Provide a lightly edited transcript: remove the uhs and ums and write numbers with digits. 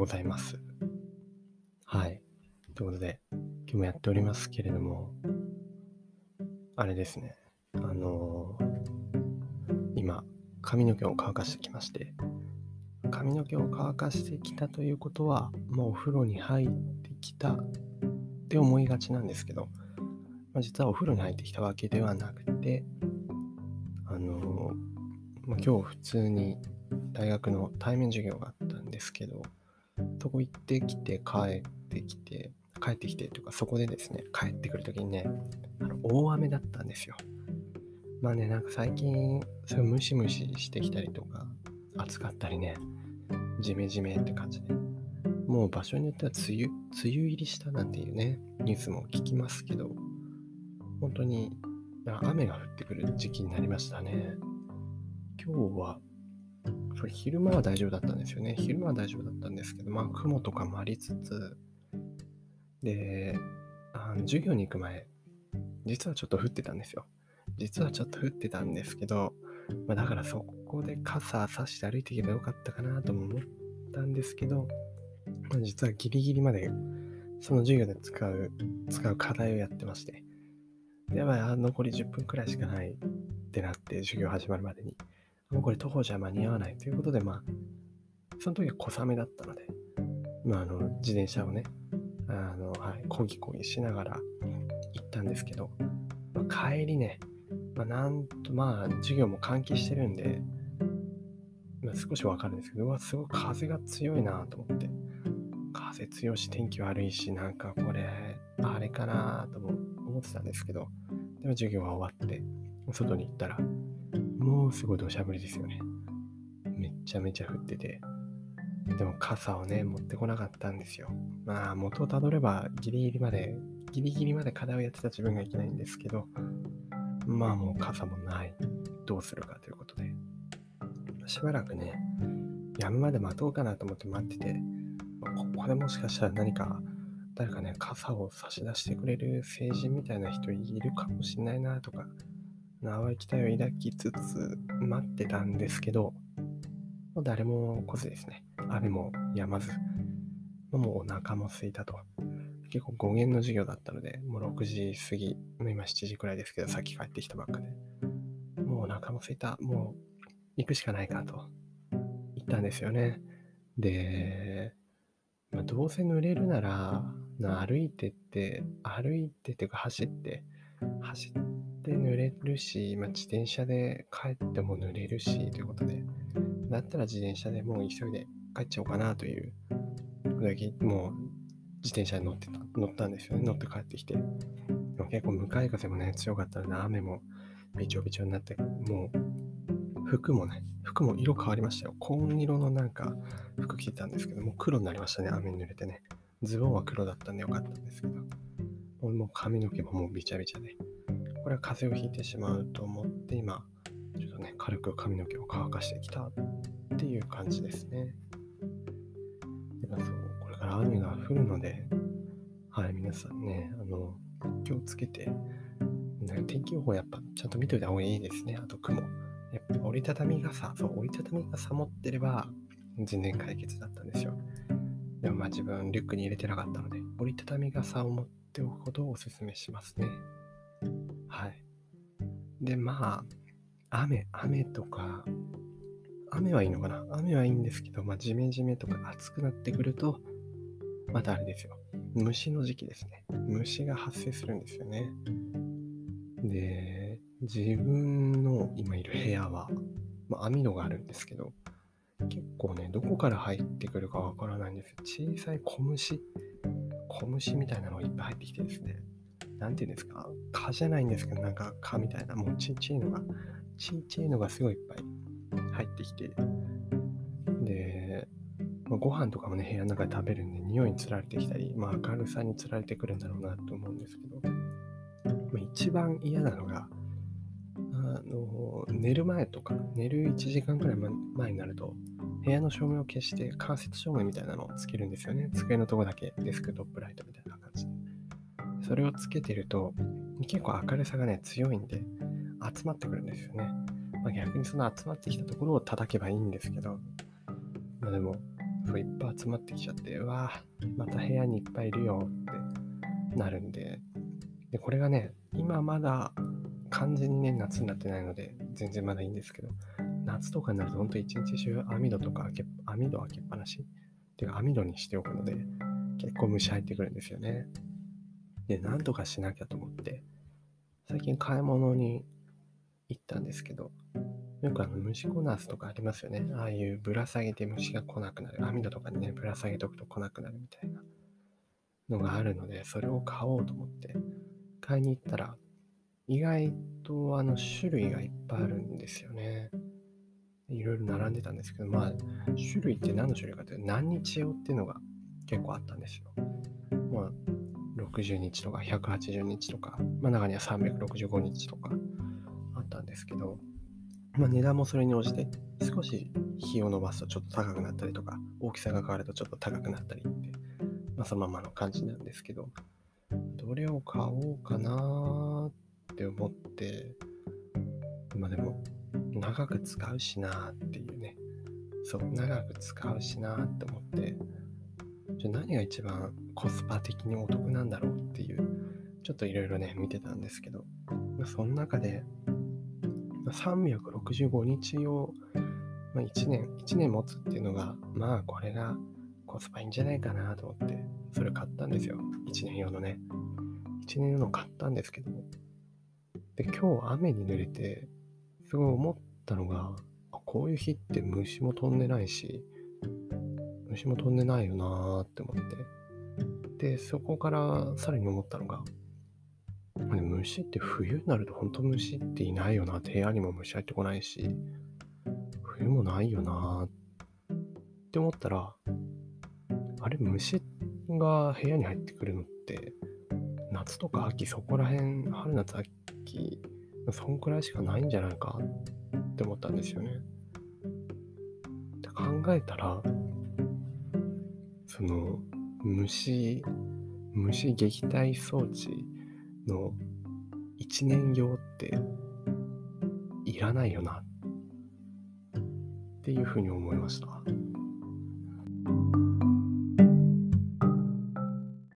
ざいます。はい。ということで、今日もやっておりますけれども、あれですね。今、髪の毛を乾かしてきまして、髪の毛を乾かしてきたということは、もうお風呂に入ってきたって思いがちなんですけど、実はお風呂に入ってきたわけではなくて、今日普通に大学の対面授業があったんですけど、そこ行ってきて帰ってきてというか、そこでですね、帰ってくるときにね、大雨だったんですよ。なんか最近そういうムシムシしてきたりとか、暑かったりね、ジメジメって感じで、もう場所によっては梅雨入りしたなんていうね、ニュースも聞きますけど、本当に雨が降ってくる時期になりましたね。今日は昼間は大丈夫だったんですよね。昼間は大丈夫だったんですけど、雲とかもありつつ、で、授業に行く前、実はちょっと降ってたんですけど、だからそこで傘差して歩いていけばよかったかなとも思ったんですけど、実はギリギリまでその授業で使う課題をやってまして、やばい、残り10分くらいしかないってなって、授業始まるまでに、もうこれ徒歩じゃ間に合わないということで、その時は小雨だったので、自転車をね、こぎこぎしながら行ったんですけど、帰りね、授業も換気してるんで、少しわかるんですけど、すごい風が強いなと思って、風強いし天気悪いし、なんかこれあれかなとも思ってたんですけど、でも授業が終わって外に行ったら、もうすごい土砂降りですよね。めちゃめちゃ降ってて、でも傘をね持ってこなかったんですよ。元をたどればギリギリまで課題をやってた自分がいけないんですけど、もう傘もない、どうするかということで、しばらくねやむまで待とうかなと思って待ってて、ここでもしかしたら誰かね傘を差し出してくれる成人みたいな人いるかもしれないなとか、淡い期待を抱きつつ待ってたんですけど、もう誰も来ずですね、雨も止まず、もうお腹も空いたと。結構語源の授業だったので、もう6時過ぎ、今7時くらいですけど、さっき帰ってきたばっかで、もうお腹も空いた、もう行くしかないかと言ったんですよね。で、どうせ濡れるなら、歩いてっていうか走って濡れるし、自転車で帰っても濡れるしということで、だったら自転車でもう急いで帰っちゃおうかなということで、もう自転車に乗ったんですよね。乗って帰ってきて、でも結構向かい風もね強かったので、雨もびちょびちょになって、もう服も色変わりましたよ。紺色のなんか服着てたんですけども、黒になりましたね。雨に濡れてね。ズボンは黒だったんでよかったんですけど、もう髪の毛ももうびちゃびちゃで、これは風邪をひいてしまうと思って、今ちょっとね軽く髪の毛を乾かしてきたっていう感じですね。でもこれから雨が降るので、皆さんね気をつけて、天気予報やっぱちゃんと見といた方がいいですね。あと雲、やっぱ折りたたみ傘持ってれば全然解決だったんですよ。でも自分リュックに入れてなかったので、折りたたみ傘を持っておくことをお勧めしますね。はい。で雨とか、雨はいいのかな、雨はいいんですけど、ジメジメとか暑くなってくると、またあれですよ、虫の時期ですね。虫が発生するんですよね。で、自分の今いる部屋は、網戸があるんですけど、結構ねどこから入ってくるかわからないんです。小さい小虫みたいなのがいっぱい入ってきてですね、なんていうんですか、蚊じゃないんですけど、なんか蚊みたいな、もうちっちゃいのがすごいいっぱい入ってきて、で、ご飯とかもね部屋の中で食べるんで、匂いにつられてきたり、明るさにつられてくるんだろうなと思うんですけど、一番嫌なのが寝る前とか、寝る1時間くらい前になると、部屋の照明を消して間接照明みたいなのをつけるんですよね。机のとこだけデスクトップライトみたいな感じで。それをつけてると、結構明るさがね強いんで集まってくるんですよね。逆にその集まってきたところを叩けばいいんですけど、でもいっぱい集まってきちゃって、うわぁ、また部屋にいっぱいいるよってなるんで、これがね、今まだ完全にね、夏になってないので、全然まだいいんですけど、夏とかになると本当一日中網戸開けっぱなしっていうか網戸にしておくので、結構虫入ってくるんですよね。で、なんとかしなきゃと思って、最近買い物に行ったんですけど、よく虫コナースとかありますよね。ああいうぶら下げて虫が来なくなる。網戸とかにね、ぶら下げとくと来なくなるみたいなのがあるので、それを買おうと思って買いに行ったら、意外と種類がいっぱいあるんですよね。いろいろ並んでたんですけど、種類って何の種類かというと、何日用っていうのが結構あったんですよ。60日とか180日とか、中には365日とかあったんですけど、値段もそれに応じて少し日を伸ばすとちょっと高くなったりとか、大きさが変わるとちょっと高くなったりって、そのままの感じなんですけど、どれを買おうかなって思って、でも長く使うしなっていうね、長く使うしなって思って、何が一番コスパ的にお得なんだろうっていう、ちょっといろいろね見てたんですけど、その中で365日を1年持つっていうのが、これがコスパいいんじゃないかなと思って、それ買ったんですよ。1年用のね。1年用の買ったんですけど、で、今日雨に濡れて、すごい思ったのが、こういう日って虫も飛んでないし、虫も飛んでないよなーって思って。で、そこからさらに思ったのが、虫って冬になると本当虫っていないよなって、部屋にも虫入ってこないし、冬もないよなって思ったら、あれ、虫が部屋に入ってくるのって夏とか秋、そこら辺、春夏秋、そんくらいしかないんじゃないかって思ったんですよね。って考えたら、その虫撃退装置の1年用っていらないよなっていうふうに思いました。